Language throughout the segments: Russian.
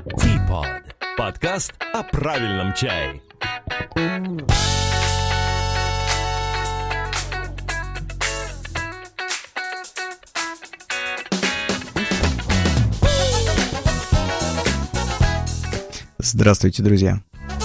Teapot. Подкаст о правильном чае. Здравствуйте, друзья!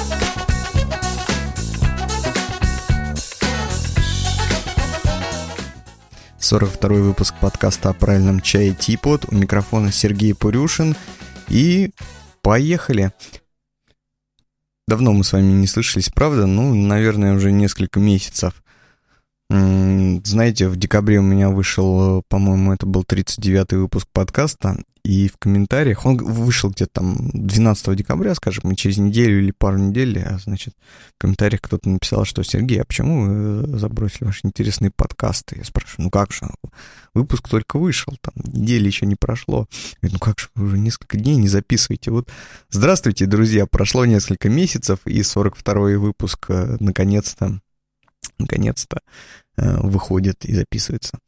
«42-й выпуск подкаста о правильном чае Teapot». У микрофона Сергей Пурюшин. И поехали! Давно мы с вами не слышались, правда? Наверное, уже несколько месяцев. Знаете, в декабре у меня вышел, по-моему, это был 39-й выпуск подкаста, и в комментариях, он вышел где-то там 12 декабря, скажем, и через неделю или пару недель, в комментариях кто-то написал, что: Сергей, а почему вы забросили ваши интересные подкасты? Я спрашиваю, как же, выпуск только вышел, там, недели еще не прошло. Я говорю, как же, вы уже несколько дней не записываете? Вот, здравствуйте, друзья, прошло несколько месяцев, и 42-й выпуск наконец-то выходит и записывается.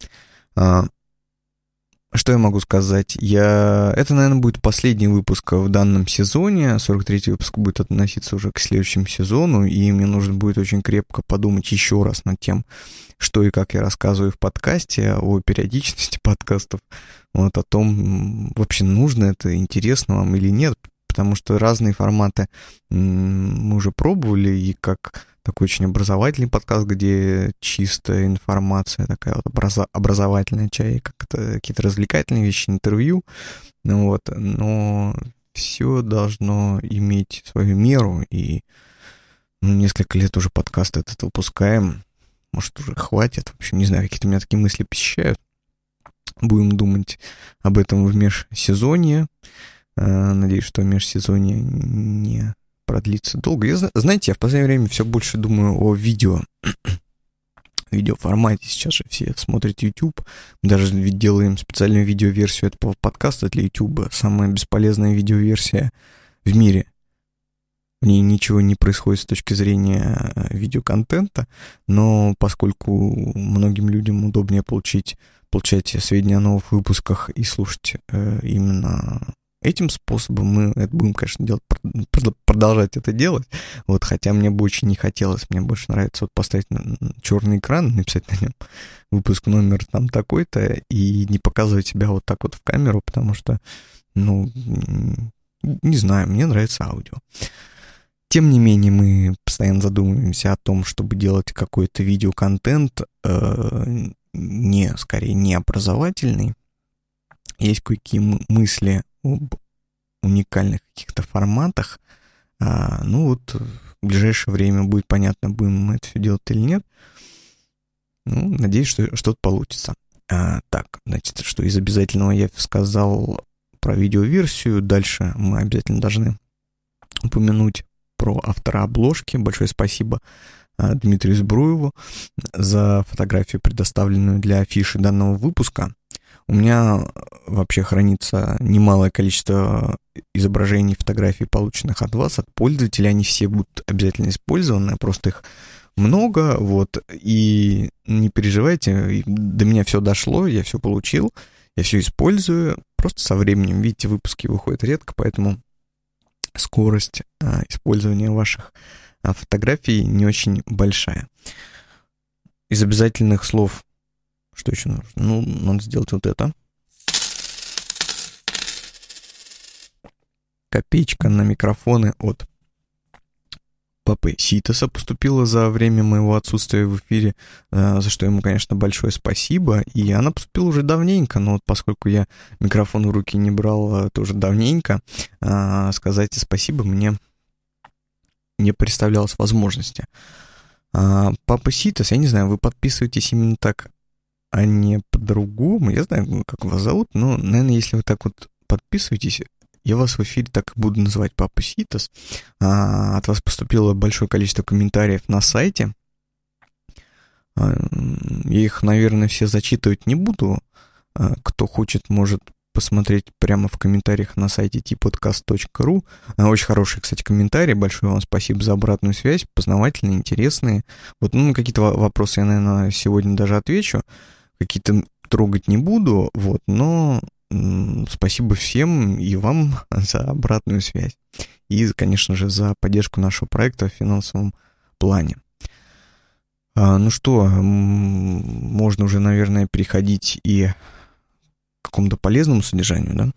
Что я могу сказать? Это, наверное, будет последний выпуск в данном сезоне. 43-й выпуск будет относиться уже к следующему сезону, и мне нужно будет очень крепко подумать еще раз над тем, что и как я рассказываю в подкасте, о периодичности подкастов, о том, вообще нужно это, интересно вам или нет, потому что разные форматы мы уже пробовали, и как такой очень образовательный подкаст, где чистая информация, такая вот образовательная часть, как это какие-то развлекательные вещи, интервью, но все должно иметь свою меру, и несколько лет уже подкаст этот выпускаем, может, уже хватит, в общем, не знаю, какие-то у меня такие мысли посещают, будем думать об этом в межсезонье. Надеюсь, что межсезонье не продлится долго. Я в последнее время все больше думаю о видеоформате. Сейчас же все смотрят YouTube. Мы даже делаем специальную видеоверсию этого подкаста для YouTube. Самая бесполезная видеоверсия в мире. В ней ничего не происходит с точки зрения видеоконтента, но поскольку многим людям удобнее получать сведения о новых выпусках и слушать именно этим способом, мы это будем, конечно, продолжать это делать. Хотя мне бы очень не хотелось, мне больше нравится поставить черный экран, написать на нем выпуск номер там такой-то и не показывать себя вот так вот в камеру, потому что, не знаю, мне нравится аудио. Тем не менее, мы постоянно задумываемся о том, чтобы делать какой-то видеоконтент, скорее не образовательный. Есть кое-какие мысли об уникальных каких-то форматах. В ближайшее время будет понятно, будем мы это все делать или нет. Надеюсь, что что-то получится. Что из обязательного я сказал про видеоверсию. Дальше мы обязательно должны упомянуть про автора обложки. Большое спасибо Дмитрию Збруеву за фотографию, предоставленную для афиши данного выпуска. У меня вообще хранится немалое количество изображений, фотографий, полученных от вас, от пользователей. Они все будут обязательно использованы, просто их много, И не переживайте, до меня все дошло, я все получил, я все использую. Просто со временем, видите, выпуски выходят редко, поэтому скорость использования ваших фотографий не очень большая. Из обязательных слов, что еще нужно? Надо сделать вот это. Копеечка на микрофоны от Папы Ситоса поступила за время моего отсутствия в эфире, за что ему, конечно, большое спасибо. И она поступила уже давненько, но поскольку я микрофон в руки не брал тоже давненько, сказать спасибо мне не представлялось возможности. Папа Ситос, я не знаю, вы подписываетесь именно так, а не по-другому. Я знаю, как вас зовут, но, наверное, если вы так вот подписываетесь, я вас в эфире так и буду называть Папа Ситос. От вас поступило большое количество комментариев на сайте. Я их, наверное, все зачитывать не буду. Кто хочет, может посмотреть прямо в комментариях на сайте teapodcast.ru. Очень хорошие, кстати, комментарии. Большое вам спасибо за обратную связь. Познавательные, интересные. Какие-то вопросы я, наверное, сегодня даже отвечу. Какие-то трогать не буду, но спасибо всем и вам за обратную связь. И, конечно же, за поддержку нашего проекта в финансовом плане. Ну что, можно уже, наверное, переходить и к какому-то полезному содержанию, да?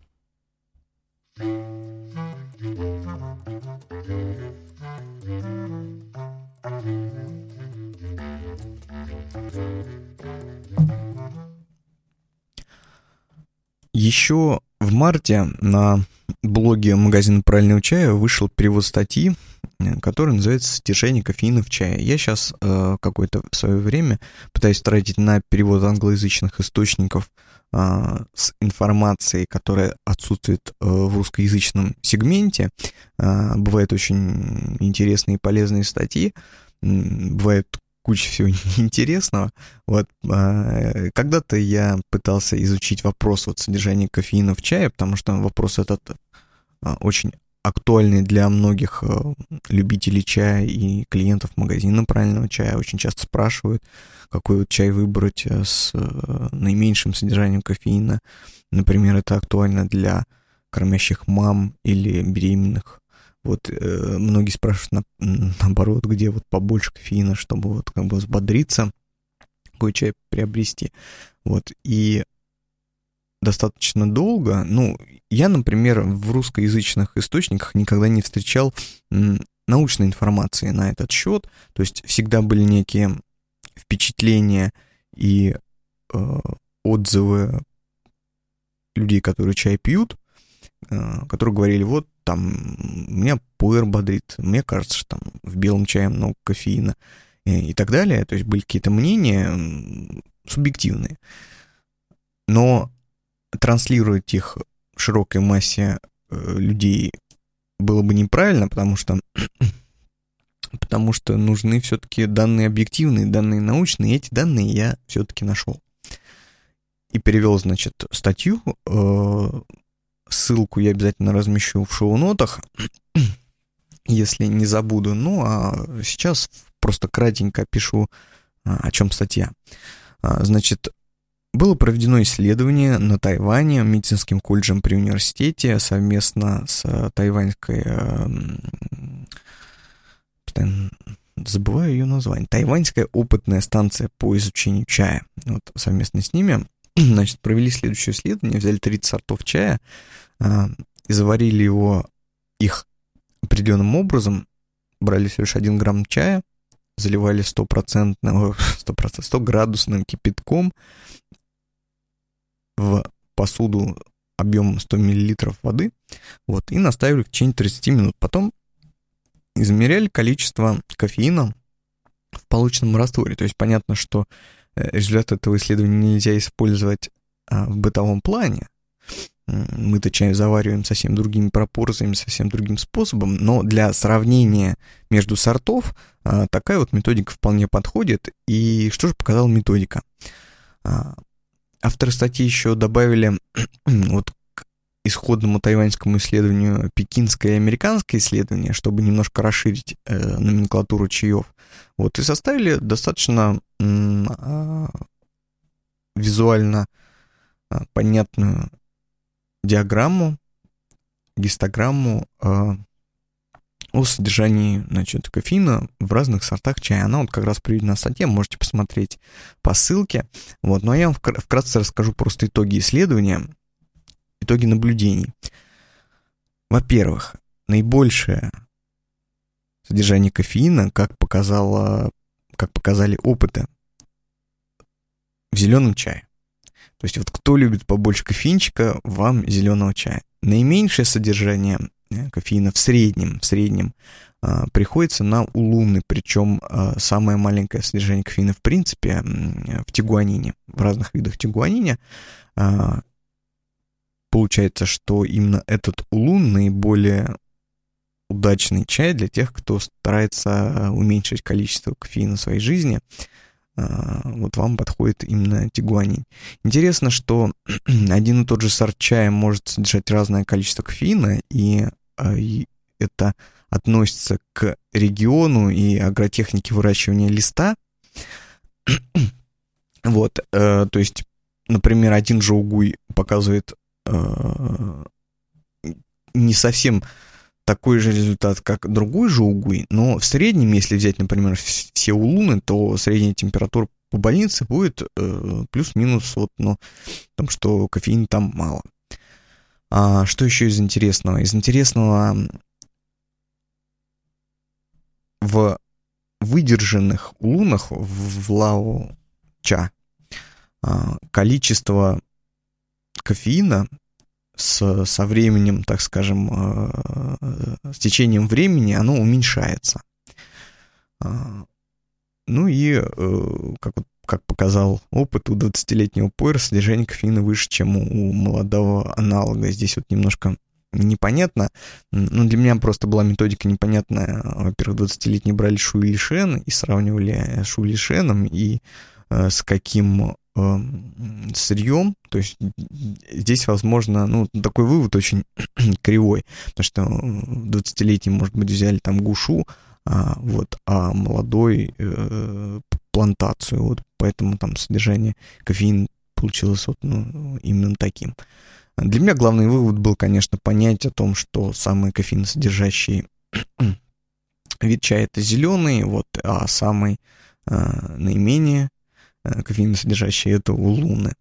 Еще в марте на блоге магазина правильного чая вышел перевод статьи, который называется «Содержание кофеина в чае». Я сейчас какое-то свое время пытаюсь тратить на перевод англоязычных источников с информацией, которая отсутствует в русскоязычном сегменте. Бывают очень интересные и полезные статьи, бывает куча всего интересного. Вот, когда-то я пытался изучить вопрос содержания кофеина в чае, потому что вопрос этот очень актуальный для многих любителей чая и клиентов магазина правильного чая. Очень часто спрашивают, какой чай выбрать с наименьшим содержанием кофеина. Например, это актуально для кормящих мам или беременных. Вот многие спрашивают наоборот, где вот побольше кофеина, чтобы вот как бы взбодриться, какой чай приобрести. Вот, и достаточно долго, я, например, в русскоязычных источниках никогда не встречал научной информации на этот счет, то есть всегда были некие впечатления и отзывы людей, которые чай пьют, которые говорили, вот там меня пуэр бодрит, мне кажется, что там в белом чае много кофеина и так далее, то есть были какие-то мнения субъективные, но транслировать их широкой массе людей было бы неправильно, потому что нужны все-таки данные объективные, данные научные, и эти данные я все-таки нашел. И перевел, значит, статью, ссылку я обязательно размещу в шоу-нотах, если не забуду, а сейчас просто кратенько пишу, о чем статья. Значит, было проведено исследование на Тайване медицинским колледжем при университете совместно с тайваньской, забываю ее название, Тайваньская опытная станция по изучению чая. Вот совместно с ними, значит, провели следующее исследование, взяли 30 сортов чая и заварили их определенным образом, брали всего лишь 1 грамм чая, заливали 100-градусным кипятком в посуду объемом 100 мл воды, вот, и наставили в течение 30 минут. Потом измеряли количество кофеина в полученном растворе. То есть понятно, что результат этого исследования нельзя использовать в бытовом плане. Мы-то чай завариваем совсем другими пропорциями, совсем другим способом, но для сравнения между сортов такая вот методика вполне подходит. И что же показала методика? Авторы статьи еще добавили вот к исходному тайваньскому исследованию пекинское и американское исследование, чтобы немножко расширить номенклатуру чаев. Вот, и составили достаточно визуально понятную диаграмму, гистограмму о содержании, значит, кофеина в разных сортах чая. Она вот как раз приведена в статье, можете посмотреть по ссылке. Вот, но я вам вкратце расскажу просто итоги исследования, итоги наблюдений. Во-первых, наибольшее содержание кофеина, как показали опыты, в зеленом чае. То есть вот кто любит побольше кофеинчика, вам зеленого чая. Наименьшее содержание кофеина в среднем приходится на улуны, причем самое маленькое содержание кофеина в принципе в тигуанине, в разных видах тигуанина. Получается, что именно этот улун наиболее удачный чай для тех, кто старается уменьшить количество кофеина в своей жизни. Вот вам подходит именно тигуанин. Интересно, что один и тот же сорт чая может содержать разное количество кофеина, и это относится к региону и агротехнике выращивания листа. Вот, то есть, например, один жоугуй показывает не совсем такой же результат, как другой жоугуй, но в среднем, если взять, например, все улуны, то средняя температура по больнице будет плюс-минус вот, но в том, что кофеина там мало. А что еще из интересного? Из интересного в выдержанных улунах в лао-ча количество кофеина со временем, так скажем, с течением времени оно уменьшается. Ну и, как показал опыт, у 20-летнего пуэра содержание кофеина выше, чем у молодого аналога. Здесь вот немножко непонятно. Ну, для меня просто была методика непонятная. Во-первых, 20-летние брали Шу и Ли Шен и сравнивали Шу Ли Шеном и с каким сырьем. То есть здесь, возможно, ну, такой вывод очень кривой, потому что 20-летний, может быть, взяли там гушу, а молодой плантацию. Вот поэтому там содержание кофеина получилось вот, именно таким. Для меня главный вывод был, конечно, понять о том, что самый кофеиносодержащий вид чая — это зеленый, вот, а самый наименее кофеиносодержащий — это улуны.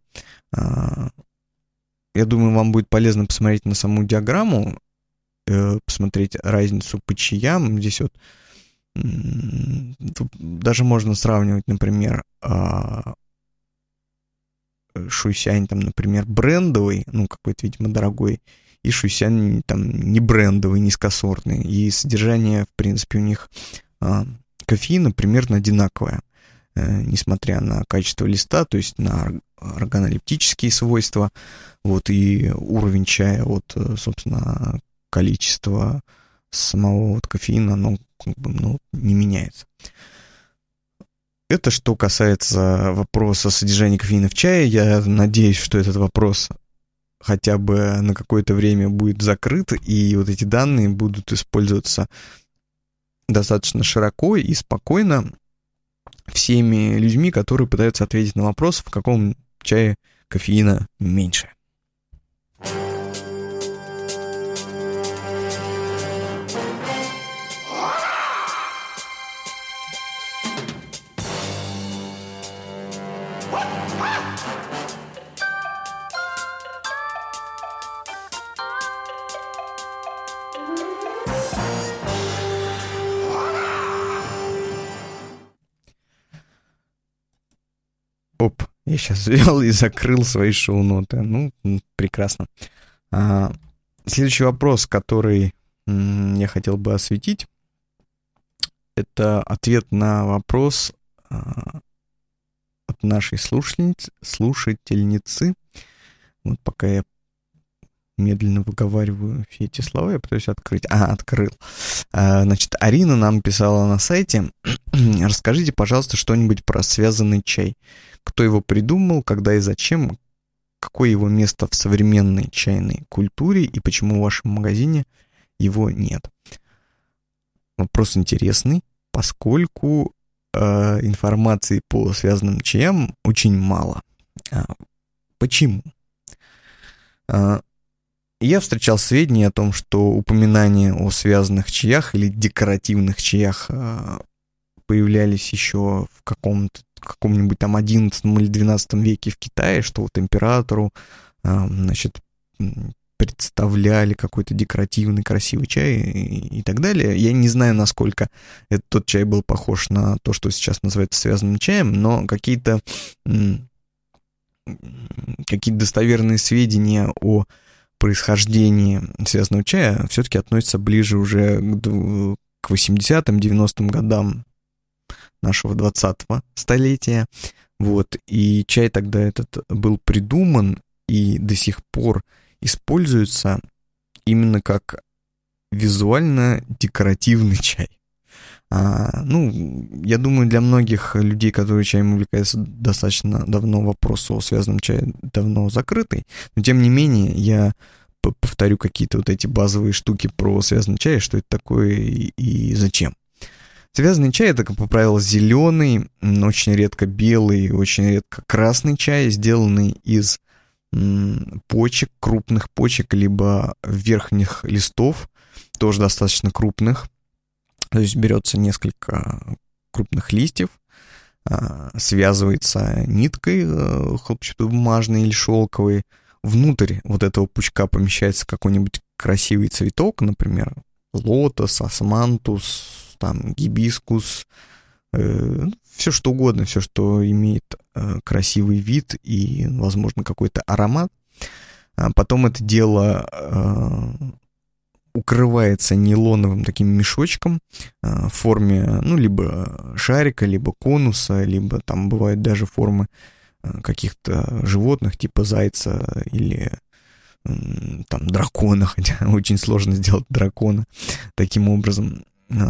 Я думаю, вам будет полезно посмотреть на саму диаграмму, посмотреть разницу по чаям. Здесь вот даже можно сравнивать, например, шуйсянь, там, например, брендовый, ну, какой-то, видимо, дорогой, и шуйсянь, там, не брендовый, низкосортный. И содержание, в принципе, у них кофеина примерно одинаковое, несмотря на качество листа, то есть на органолептические свойства, вот, и уровень чая, вот, собственно, количество самого вот кофеина, оно как бы, ну, не меняется. Это что касается вопроса содержания кофеина в чае. Я надеюсь, что этот вопрос хотя бы на какое-то время будет закрыт, и вот эти данные будут использоваться достаточно широко и спокойно всеми людьми, которые пытаются ответить на вопрос, в каком чае кофеина меньше. Оп, я сейчас взял и закрыл свои шоу-ноты. Ну, прекрасно. Следующий вопрос, который я хотел бы осветить, это ответ на вопрос от нашей слушательницы. Вот пока я медленно выговариваю все эти слова, я пытаюсь открыть. Открыл. Значит, Арина нам писала на сайте: расскажите, пожалуйста, что-нибудь про связанный чай. Кто его придумал, когда и зачем, какое его место в современной чайной культуре и почему в вашем магазине его нет. Вопрос интересный, поскольку информации по связанным чаям очень мало. Почему? Я встречал сведения о том, что упоминания о связанных чаях или декоративных чаях появлялись еще в каком-нибудь там 11 или 12 веке в Китае, что вот императору, значит, представляли какой-то декоративный красивый чай и так далее. Я не знаю, насколько тот чай был похож на то, что сейчас называется связанным чаем, но какие-то достоверные сведения о происхождении связанного чая все-таки относятся ближе уже к 80-м, 90-м годам нашего 20-го столетия. Вот. И чай тогда этот был придуман и до сих пор используется именно как визуально-декоративный чай. Я думаю, для многих людей, которые чаем увлекаются достаточно давно, вопрос о связанном чае давно закрытый. Но, тем не менее, я повторю какие-то вот эти базовые штуки про связанный чай, что это такое и зачем. Связанный чай — это, как правило, зеленый, очень редко белый, очень редко красный чай, сделанный из почек, крупных почек, либо верхних листов, тоже достаточно крупных. То есть берется несколько крупных листьев, связывается ниткой хлопчатобумажной или шелковой. Внутрь вот этого пучка помещается какой-нибудь красивый цветок, например, лотос, османтус, там, гибискус, все что угодно, все, что имеет красивый вид и, возможно, какой-то аромат. Потом это дело укрывается нейлоновым таким мешочком в форме, ну, либо шарика, либо конуса, либо там бывают даже формы каких-то животных, типа зайца или там дракона, хотя очень сложно сделать дракона таким образом.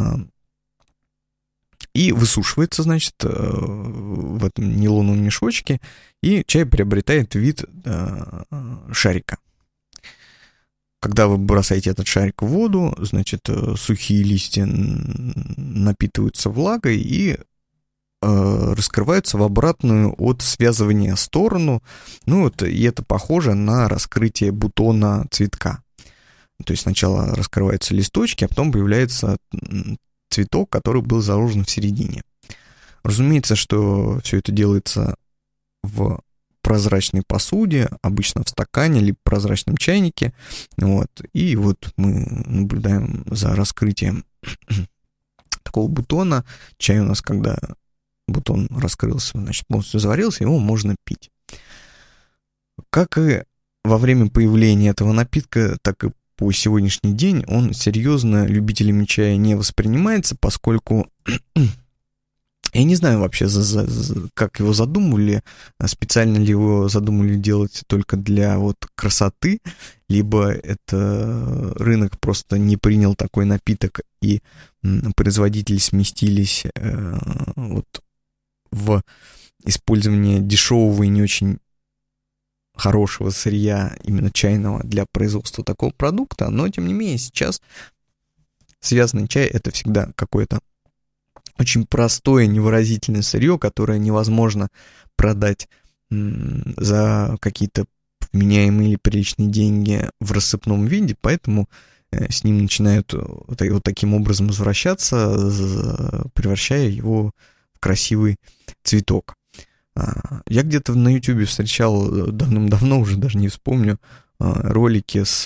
И высушивается, значит, в этом нейлоновом мешочке, и чай приобретает вид шарика. Когда вы бросаете этот шарик в воду, значит, сухие листья напитываются влагой и раскрываются в обратную от связывания сторону. Ну вот, и это похоже на раскрытие бутона цветка. То есть сначала раскрываются листочки, а потом появляется цветок, который был заложен в середине. Разумеется, что все это делается в прозрачной посуде, обычно в стакане, либо прозрачном чайнике. Вот. И вот мы наблюдаем за раскрытием такого бутона. Чай у нас, когда бутон раскрылся, значит, полностью заварился, его можно пить. Как и во время появления этого напитка, так и по сегодняшний день он серьезно любителями чая не воспринимается, поскольку я не знаю вообще, как его задумывали, специально ли его задумали делать только для вот красоты, либо это рынок просто не принял такой напиток, и производители сместились вот в использование дешевого и не очень хорошего сырья, именно чайного, для производства такого продукта, но тем не менее сейчас связанный чай — это всегда какое-то очень простое, невыразительное сырье, которое невозможно продать за какие-то вменяемые или приличные деньги в рассыпном виде, поэтому с ним начинают вот таким образом возвращаться, превращая его в красивый цветок. Я где-то на YouTube встречал давным-давно, уже даже не вспомню, ролики с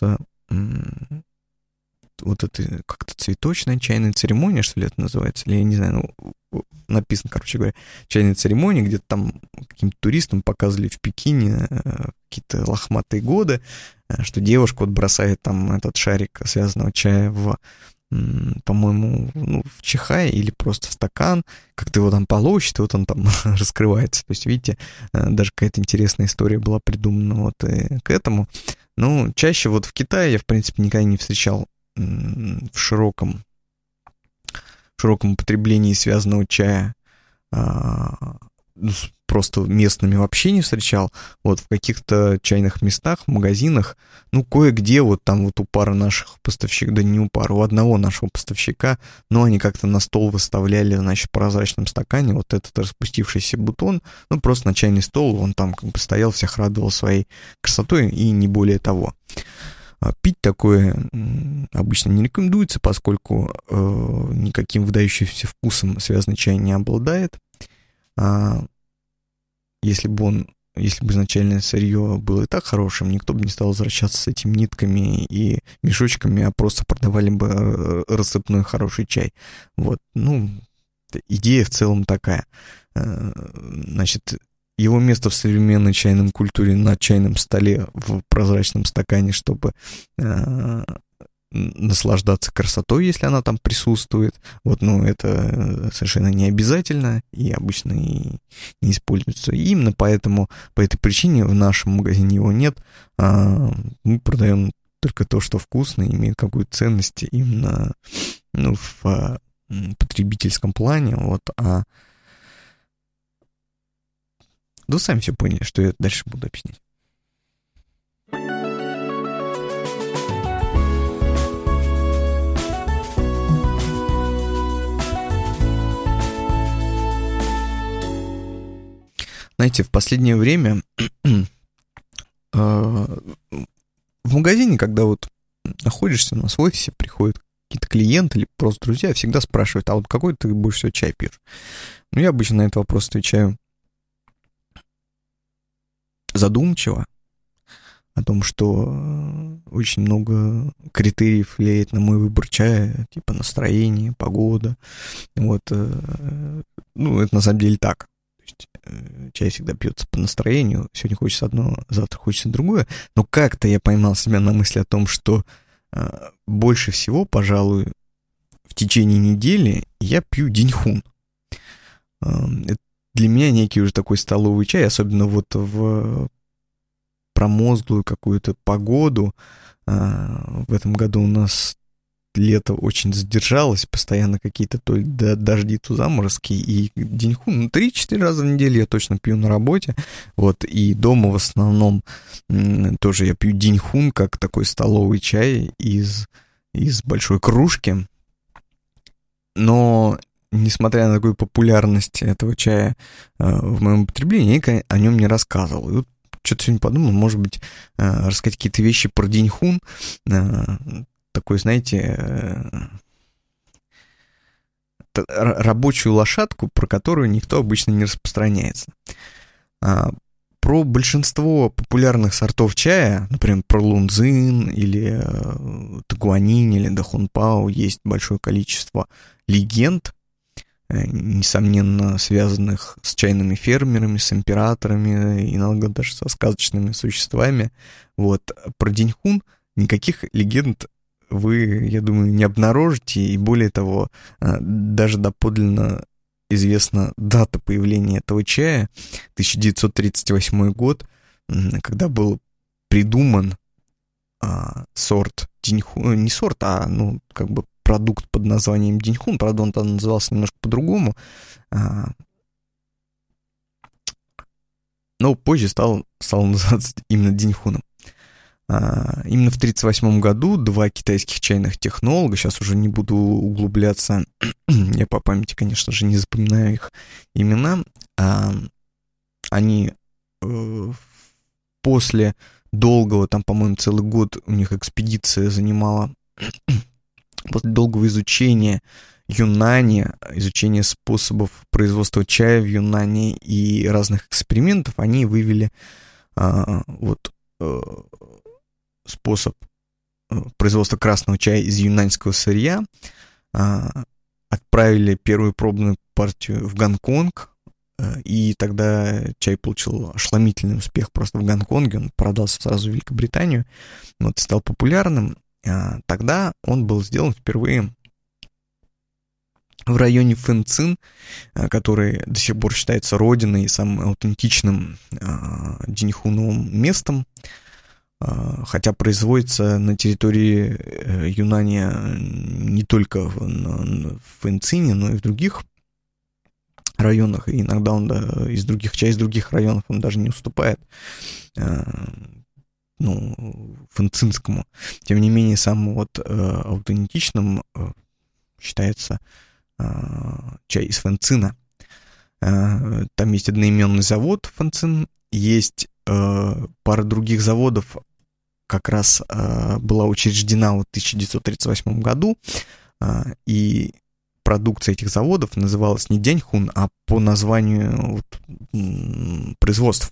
вот этой как-то цветочная чайная церемония, что ли это называется, или я не знаю, ну, написано, короче говоря, чайная церемония, где-то там каким-то туристам показывали в Пекине какие-то лохматые годы, что девушка вот бросает там этот шарик связанного чая в, по-моему, ну, в чихай или просто в стакан, как-то его там полощет, и вот он там раскрывается. То есть, видите, даже какая-то интересная история была придумана вот к этому. Ну, чаще вот в Китае я, в принципе, никогда не встречал в широком употреблении связанного чая, просто местными вообще не встречал. Вот в каких-то чайных местах, в магазинах, ну, кое-где вот там вот у пары наших поставщиков, да не у пары, у одного нашего поставщика, но они как-то на стол выставляли, значит, в прозрачном стакане вот этот распустившийся бутон, ну, просто на чайный стол, он там как бы стоял, всех радовал своей красотой и не более того. Пить такое обычно не рекомендуется, поскольку никаким выдающимся вкусом связанный чай не обладает. Если бы изначальное сырье было и так хорошим, никто бы не стал возвращаться с этими нитками и мешочками, а просто продавали бы рассыпной хороший чай. Вот, ну, идея в целом такая. Значит, его место в современной чайной культуре на чайном столе в прозрачном стакане, чтобы наслаждаться красотой, если она там присутствует. Вот, ну, это совершенно не обязательно и обычно и не используется. И именно поэтому, по этой причине в нашем магазине его нет. Мы продаем только то, что вкусно и имеет какую-то ценность именно, ну, в потребительском плане. Вот, да, сами все поняли, что я дальше буду объяснять. знаете, в последнее время в магазине, когда вот находишься у нас в офисе, приходят какие-то клиенты или просто друзья, всегда спрашивают, а вот какой ты больше всего чай пьешь? Ну, я обычно на этот вопрос отвечаю задумчиво, о том, что очень много критериев влияет на мой выбор чая, типа настроение, погода. Вот, ну, это на самом деле так. То есть чай всегда пьется по настроению. Сегодня хочется одно, завтра хочется другое. Но как-то я поймал себя на мысли о том, что больше всего, пожалуй, в течение недели я пью диньхун. Это для меня некий уже такой столовый чай, особенно вот в промозглую какую-то погоду. В этом году у нас лето очень задержалось, постоянно какие-то то ли дожди, то заморозки, и диньхун 3-4 раза в неделю я точно пью на работе, вот, и дома в основном тоже я пью диньхун, как такой столовый чай из большой кружки, но несмотря на такую популярность этого чая в моем употреблении, я о нем не рассказывал. И вот что-то сегодня подумал, может быть, рассказать какие-то вещи про диньхун, такой, знаете, рабочую лошадку, про которую никто обычно не распространяется. Про большинство популярных сортов чая, например, про лунзин или тагуанин или дахунпао, есть большое количество легенд, несомненно, связанных с чайными фермерами, с императорами, иногда даже со сказочными существами. Вот. Про диньхун никаких легенд вы, я думаю, не обнаружите, и более того, даже доподлинно известна дата появления этого чая, 1938 год, когда был придуман сорт диньхун, не сорт, а, ну, как бы продукт под названием диньхун, правда, он там назывался немножко по-другому, но позже стал называться именно диньхуном. Именно в 1938 году два китайских чайных технолога, сейчас уже не буду углубляться, я по памяти, конечно же, не запоминаю их имена, они после долгого, там, по-моему, целый год у них экспедиция занимала, после долгого изучения Юнани, изучения способов производства чая в Юнани и разных экспериментов, они вывели способ производства красного чая из юнаньского сырья, отправили первую пробную партию в Гонконг, и тогда чай получил ошеломительный успех просто в Гонконге, он продался сразу в Великобританию, вот, стал популярным. Тогда он был сделан впервые в районе Фэнцин, который до сих пор считается родиной и самым аутентичным диньхуновым местом, хотя производится на территории Юнани не только в Фэнцине, но и в других районах, и иногда он из других районов он даже не уступает фэнцинскому. Тем не менее, самым вот аутентичным считается чай из Фэнцина. Там есть одноименный завод Фэнцин, есть пара других заводов, как раз была учреждена в 1938 году, и продукция этих заводов называлась не диньхун, а по названию производств.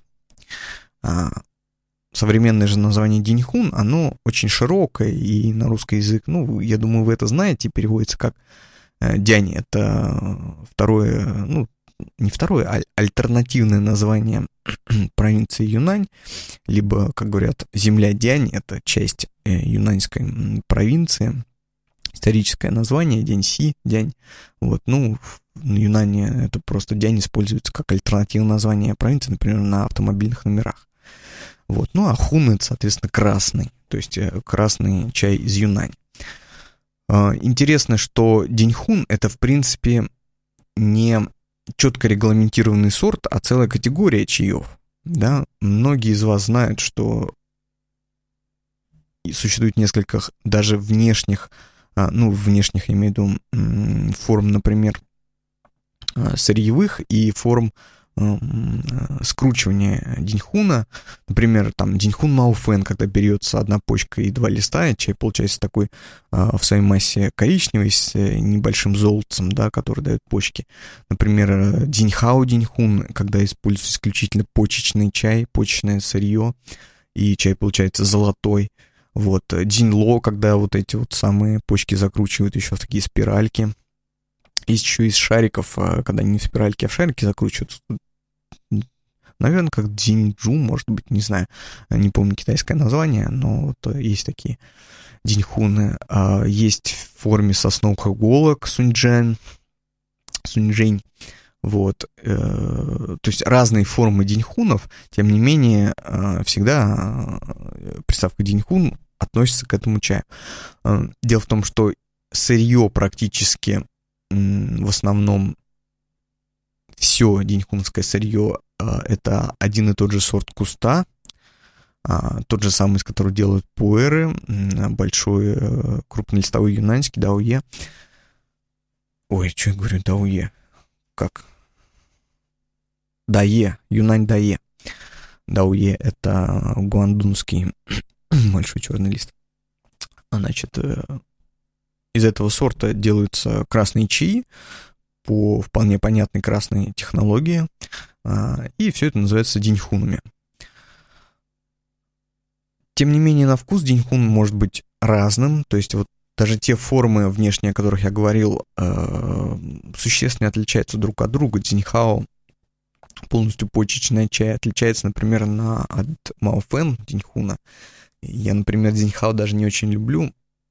Современное же название диньхун, оно очень широкое, и на русский язык, ну, я думаю, вы это знаете, переводится как дянь. Это второе, ну, не второе, а альтернативное название провинции Юнань, либо, как говорят, земля Дянь, это часть юнаньской провинции, историческое название, Дяньси, Дянь. Вот, ну, в Юнане это просто Дянь используется как альтернативное название провинции, например, на автомобильных номерах. Вот, ну, а хун это, соответственно, красный, то есть красный чай из Юнань. Интересно, что диньхун это, в принципе, не четко регламентированный сорт, а целая категория чаев. Да? Многие из вас знают, что существует несколько даже внешних, я имею в виду форм, например, сырьевых и форм скручивания диньхуна. Например, там диньхун маофэн, когда берется одна почка и 2 листа, и чай получается такой в своей массе коричневый с небольшим золотцем, да, который дает почки. Например, диньхао диньхун, когда используется исключительно почечный чай, почечное сырье, и чай получается золотой. Вот, диньло, когда вот эти вот самые почки закручивают еще в такие спиральки. Есть еще из шариков, когда не в спиральке, а в шарики закручивают. Наверное, как диньчжу, может быть, не знаю. Не помню китайское название, но вот есть такие диньхуны. Есть в форме сосновых иголок суньчжэнь. Вот. То есть разные формы диньхунов, тем не менее, всегда приставка диньхун относится к этому чаю. Дело в том, что сырье практически в основном все диньхунское сырье это один и тот же сорт куста, тот же самый, из которого делают пуэры, большой крупнолистовой юнаньский даое. Ой, что я говорю, даое? Как? Дае, юнань дае. Даое это гуандунский большой черный лист. Значит, из этого сорта делаются красные чаи по вполне понятной красной технологии, и все это называется диньхунами. Тем не менее, на вкус диньхун может быть разным, то есть вот даже те формы внешние, о которых я говорил, существенно отличаются друг от друга. Диньхао, полностью почечный чай, отличается, например, от маофэн диньхуна. Я, например, диньхао даже не очень люблю.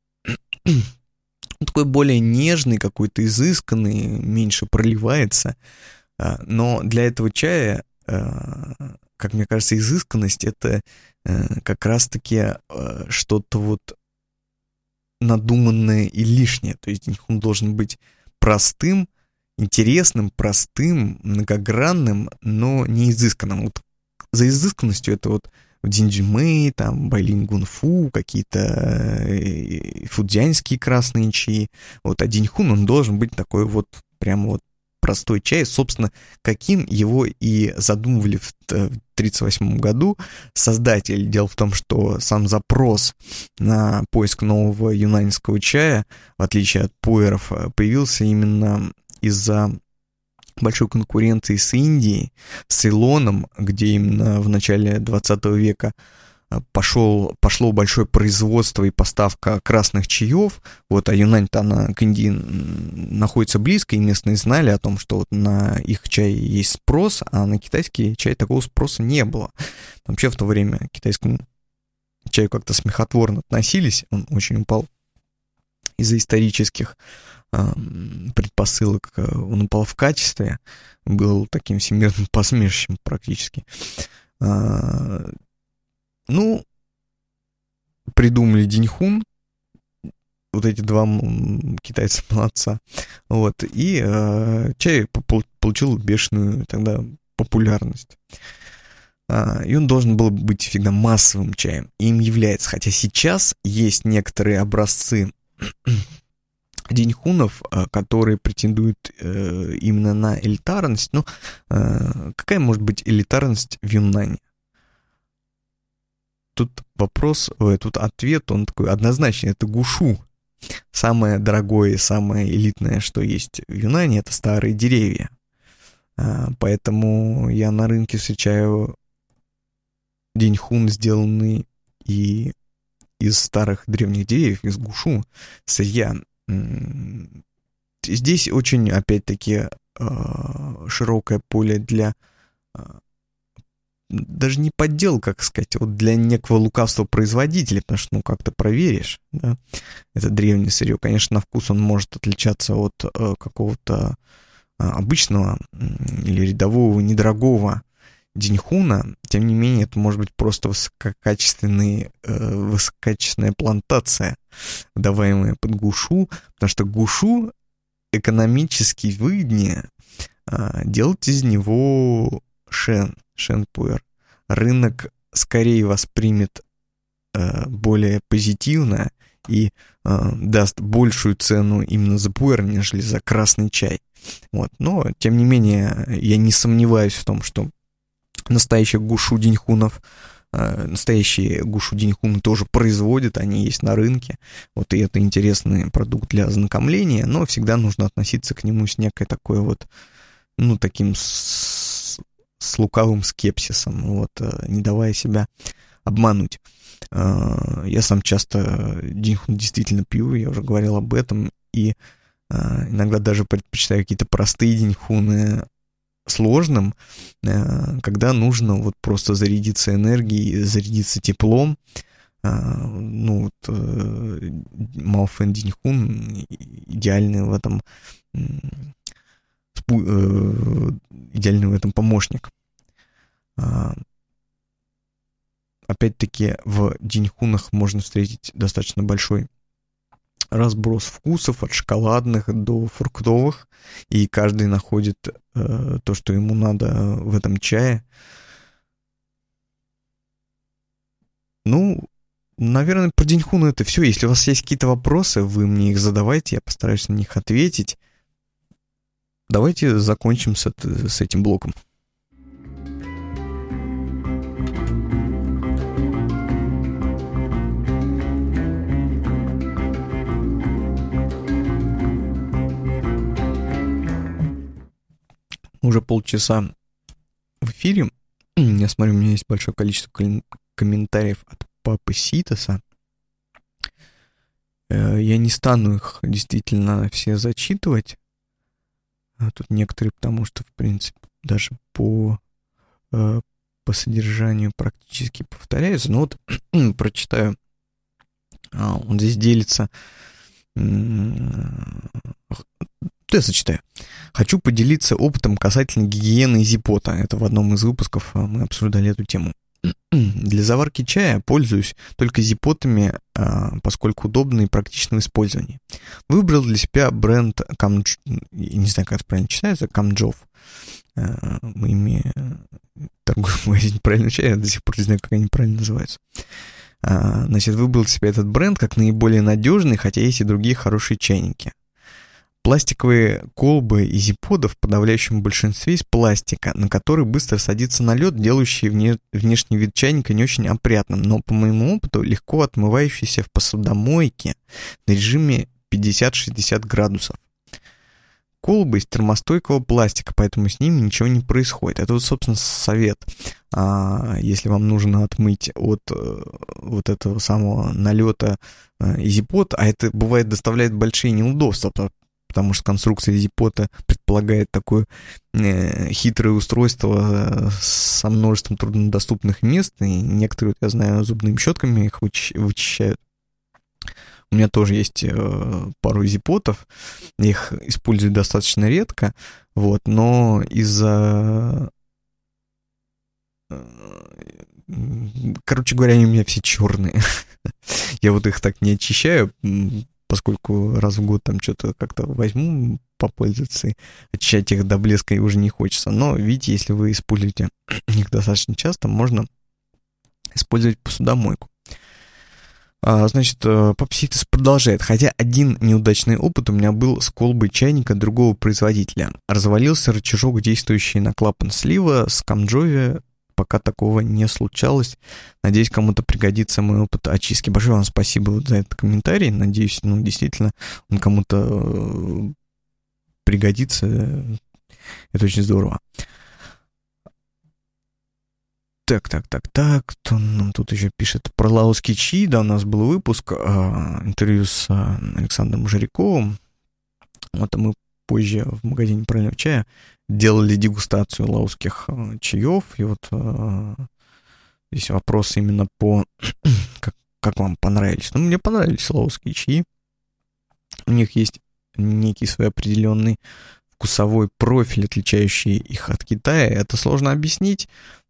Он такой более нежный, какой-то изысканный, меньше проливается. Но для этого чая, как мне кажется, изысканность — это как раз-таки что-то вот надуманное и лишнее. То есть диньхун должен быть простым, интересным, простым, многогранным, но не изысканным. Вот за изысканностью это вот в Диндзюмэй, там, Байлинь Гунфу, какие-то фудзянские красные чаи. Вот, а диньхун, он должен быть такой вот, прямо вот простой чай. Собственно, каким его и задумывали в 1938 году создатели. Дело в том, что сам запрос на поиск нового юнаньского чая, в отличие от пуэров, появился именно из-за большой конкуренции с Индией, с Цейлоном, где именно в начале 20 века пошло большое производство и поставка красных чаев. Вот, а Юнань-то она к Индии находится близко, и местные знали о том, что вот на их чай есть спрос, а на китайский чай такого спроса не было. Вообще в то время к китайскому чаю как-то смехотворно относились, он очень упал из-за исторических предпосылок, он упал в качестве, был таким всемирным посмешищем практически. Ну, придумали диньхун, вот эти два китайца-молодца, вот, и чай получил бешеную тогда популярность. И он должен был быть всегда массовым чаем, и им является, хотя сейчас есть некоторые образцы диньхунов, которые претендуют именно на элитарность. Ну, какая может быть элитарность в Юннане? Тут вопрос, тут ответ, он такой однозначный, это гушу. Самое дорогое, самое элитное, что есть в Юннане, это старые деревья. Поэтому я на рынке встречаю диньхун, сделанный и из старых древних деревьев, из гушу, сырья. Здесь очень, опять-таки, широкое поле для даже не поддел, как сказать, вот для некого лукавства производителя, потому что, ну, как-то проверишь, да, это древнее сырье. Конечно, на вкус он может отличаться от какого-то обычного или рядового, недорогого диньхуна, тем не менее, это может быть просто высококачественная плантация, выдаваемая под гушу, потому что гушу экономически выгоднее делать из него шен-пуэр. Рынок скорее воспримет более позитивно и даст большую цену именно за пуэр, нежели за красный чай. Вот. Но, тем не менее, я не сомневаюсь в том, что настоящий гушу деньхунов, настоящие гушу деньхуны тоже производят, они есть на рынке. Вот, и это интересный продукт для ознакомления, но всегда нужно относиться к нему с некой такой вот, ну, таким с лукавым скепсисом, вот, не давая себя обмануть. Я сам часто деньхун действительно пью, я уже говорил об этом, и иногда даже предпочитаю какие-то простые деньхуны сложным, когда нужно вот просто зарядиться энергией, зарядиться теплом. Ну вот Маофэн деньхун идеальный в этом помощник. Опять-таки в деньхунах можно встретить достаточно большой разброс вкусов, от шоколадных до фруктовых, и каждый находит то, что ему надо в этом чае. Ну, наверное, про деньхун это все. Если у вас есть какие-то вопросы, вы мне их задавайте, я постараюсь на них ответить. Давайте закончим с этим блоком. Уже полчаса в эфире. Я смотрю, у меня есть большое количество комментариев от папы Ситоса. Я не стану их действительно все зачитывать. Тут некоторые, потому что, в принципе, даже по содержанию практически повторяются. Но вот прочитаю. Он здесь делится... Я зачитаю. Хочу поделиться опытом касательно гигиены и зипота. Это в одном из выпусков мы обсуждали эту тему. Для заварки чая пользуюсь только зипотами, поскольку удобно и практично в использовании. Выбрал для себя бренд не знаю, как это правильно читается, Камджов. Мы ими торгуем в магазине правильного чая, я до сих пор не знаю, как они правильно называются. Значит, выбрал себе этот бренд как наиболее надежный, хотя есть и другие хорошие чайники. Пластиковые колбы и зиподы в подавляющем большинстве из пластика, на который быстро садится налет, делающий внешний вид чайника не очень опрятным, но, по моему опыту, легко отмывающийся в посудомойке на режиме 50-60 градусов. Колбы из термостойкого пластика, поэтому с ними ничего не происходит. Это вот, собственно, совет. Если вам нужно отмыть от вот этого самого налета зипот, а это бывает доставляет большие неудобства, потому что конструкция зипота предполагает такое хитрое устройство со множеством труднодоступных мест, и некоторые, я знаю, зубными щетками их вычищают. У меня тоже есть пару зипотов, я их использую достаточно редко, вот, но из-за... Короче говоря, они у меня все черные. Я вот их так не очищаю, поскольку раз в год там что-то как-то возьму попользоваться, и очищать их до блеска и уже не хочется. Но, видите, если вы используете их достаточно часто, можно использовать посудомойку. Значит, Папситес продолжает. Хотя один неудачный опыт у меня был с колбой чайника другого производителя. Развалился рычажок, действующий на клапан слива с Камджови. Пока такого не случалось. Надеюсь, кому-то пригодится мой опыт очистки. Большое вам спасибо вот за этот комментарий. Надеюсь, действительно, он кому-то пригодится. Это очень здорово. Так. Кто нам тут еще пишет? Про лаосский чай. Да, у нас был выпуск, интервью с Александром Жариковым. Вот, а мы позже в магазине правильного чая делали дегустацию лаосских чаев. И вот здесь вопрос именно по... как вам понравились? Мне понравились лаосские чаи. У них есть некий свой определенный вкусовой профиль, отличающий их от Китая. Это сложно объяснить.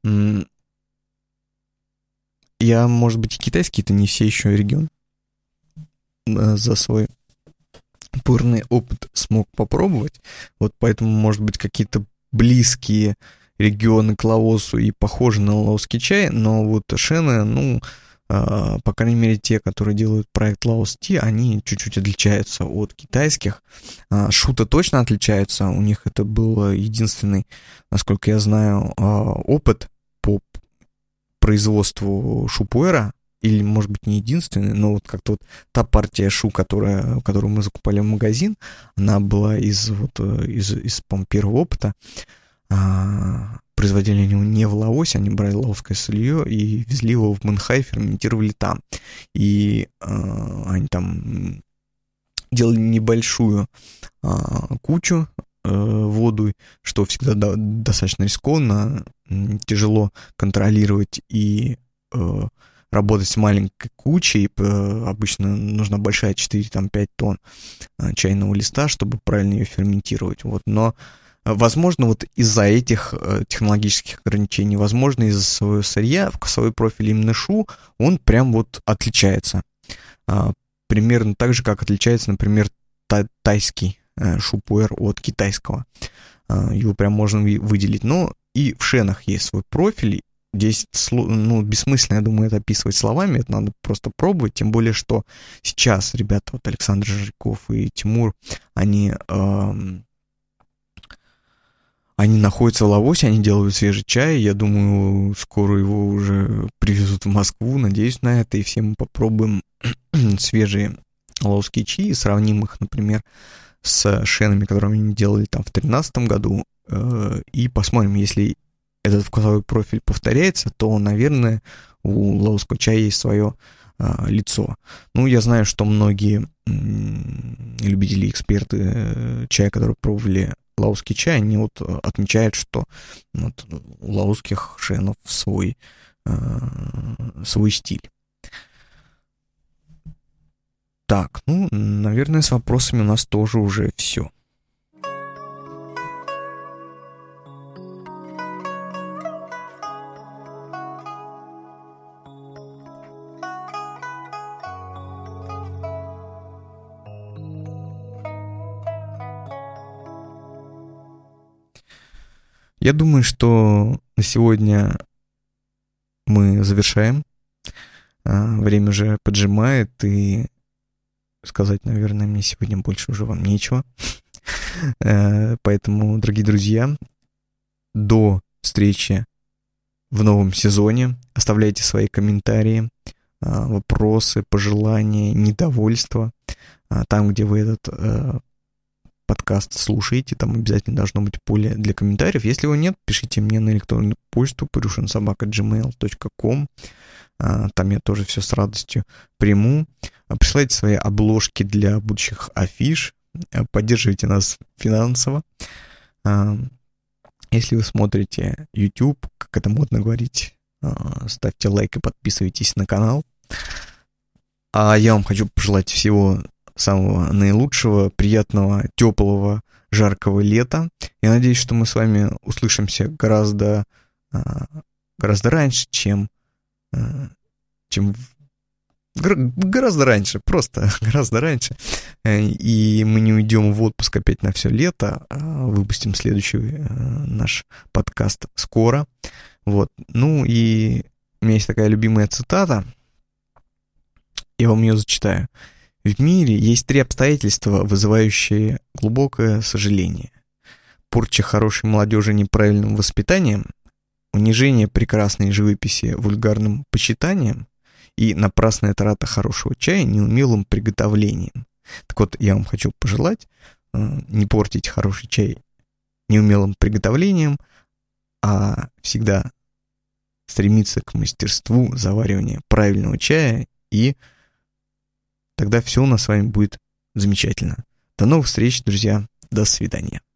Я, может быть, и китайский-то не все еще регион за свой бурный опыт смог попробовать. Вот поэтому, может быть, какие-то близкие регионы к Лаосу и похожи на лаосский чай, но вот шены, по крайней мере, те, которые делают проект Laos Tea, они чуть-чуть отличаются от китайских. Шута точно отличаются, у них это был единственный, насколько я знаю, опыт по производству шупуэра, или, может быть, не единственный, но вот как-то вот та партия шу, которую мы закупали в магазин, она была из по-моему, первого опыта. Производили они не в Лаосе, они брали лаосское сырье и везли его в Мэнхай, ферментировали там. И они там делали небольшую кучу воду, что всегда достаточно рискованно, тяжело контролировать и работать с маленькой кучей. Обычно нужна большая 4-5 тонн чайного листа, чтобы правильно ее ферментировать. Вот. Но возможно, вот из-за этих технологических ограничений, возможно, из-за своего сырья, вкусовой профиль именно шу, он прям вот отличается. Примерно так же, как отличается, например, тайский шупуэр от китайского. Его прям можно выделить. Но и в шенах есть свой профиль. Здесь, бессмысленно, я думаю, это описывать словами, это надо просто пробовать, тем более, что сейчас ребята, вот Александр Жирков и Тимур, они находятся в Лаосе, они делают свежий чай. Я думаю, скоро его уже привезут в Москву. Надеюсь на это. И все мы попробуем свежие лаосские чаи, сравним их, например, с шенами, которыми они делали там в 2013 году. И посмотрим, если этот вкусовой профиль повторяется, то, наверное, у лаосского чая есть свое лицо. Ну, я знаю, что многие любители, эксперты чая, которые пробовали лаосский чай, они вот отмечают, что вот у лаосских шенов свой стиль. Так, наверное, с вопросами у нас тоже уже все. Я думаю, что на сегодня мы завершаем. Время уже поджимает, и сказать, наверное, мне сегодня больше уже вам нечего. Поэтому, дорогие друзья, до встречи в новом сезоне. Оставляйте свои комментарии, вопросы, пожелания, недовольства. Там, где вы этот подкаст слушаете, там обязательно должно быть поле для комментариев. Если его нет, пишите мне на электронную почту purushinsobaka@gmail.com. Там я тоже все с радостью приму. Присылайте свои обложки для будущих афиш. Поддерживайте нас финансово. Если вы смотрите YouTube, как это модно говорить, ставьте лайк и подписывайтесь на канал. А я вам хочу пожелать всего самого наилучшего, приятного, теплого, жаркого лета. Я надеюсь, что мы с вами услышимся гораздо раньше, чем гораздо раньше, просто гораздо раньше. И мы не уйдем в отпуск опять на все лето, выпустим следующий наш подкаст скоро. Вот. Ну и у меня есть такая любимая цитата, я вам ее зачитаю. В мире есть 3 обстоятельства, вызывающие глубокое сожаление. Порча хорошей молодежи неправильным воспитанием, унижение прекрасной живописи вульгарным почитанием и напрасная трата хорошего чая неумелым приготовлением. Так вот, я вам хочу пожелать не портить хороший чай неумелым приготовлением, а всегда стремиться к мастерству заваривания правильного чая, и тогда все у нас с вами будет замечательно. До новых встреч, друзья. До свидания.